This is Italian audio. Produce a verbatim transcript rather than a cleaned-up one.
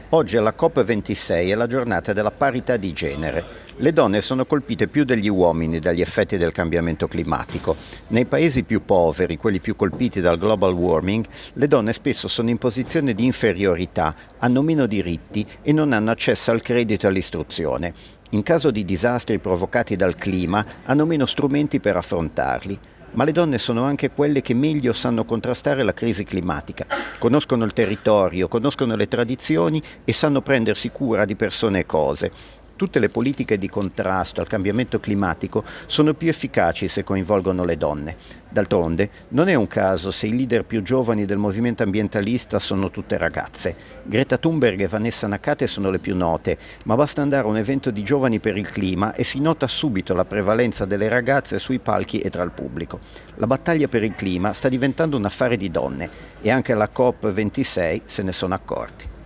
Oggi alla COP ventisei è la giornata della parità di genere. Le donne sono colpite più degli uomini dagli effetti del cambiamento climatico. Nei paesi più poveri, quelli più colpiti dal global warming, le donne spesso sono in posizione di inferiorità, hanno meno diritti e non hanno accesso al credito e all'istruzione. In caso di disastri provocati dal clima, hanno meno strumenti per affrontarli. Ma le donne sono anche quelle che meglio sanno contrastare la crisi climatica, conoscono il territorio, conoscono le tradizioni e sanno prendersi cura di persone e cose. Tutte le politiche di contrasto al cambiamento climatico sono più efficaci se coinvolgono le donne. D'altronde, non è un caso se i leader più giovani del movimento ambientalista sono tutte ragazze. Greta Thunberg e Vanessa Nakate sono le più note, ma basta andare a un evento di giovani per il clima e si nota subito la prevalenza delle ragazze sui palchi e tra il pubblico. La battaglia per il clima sta diventando un affare di donne e anche alla COP ventisei se ne sono accorti.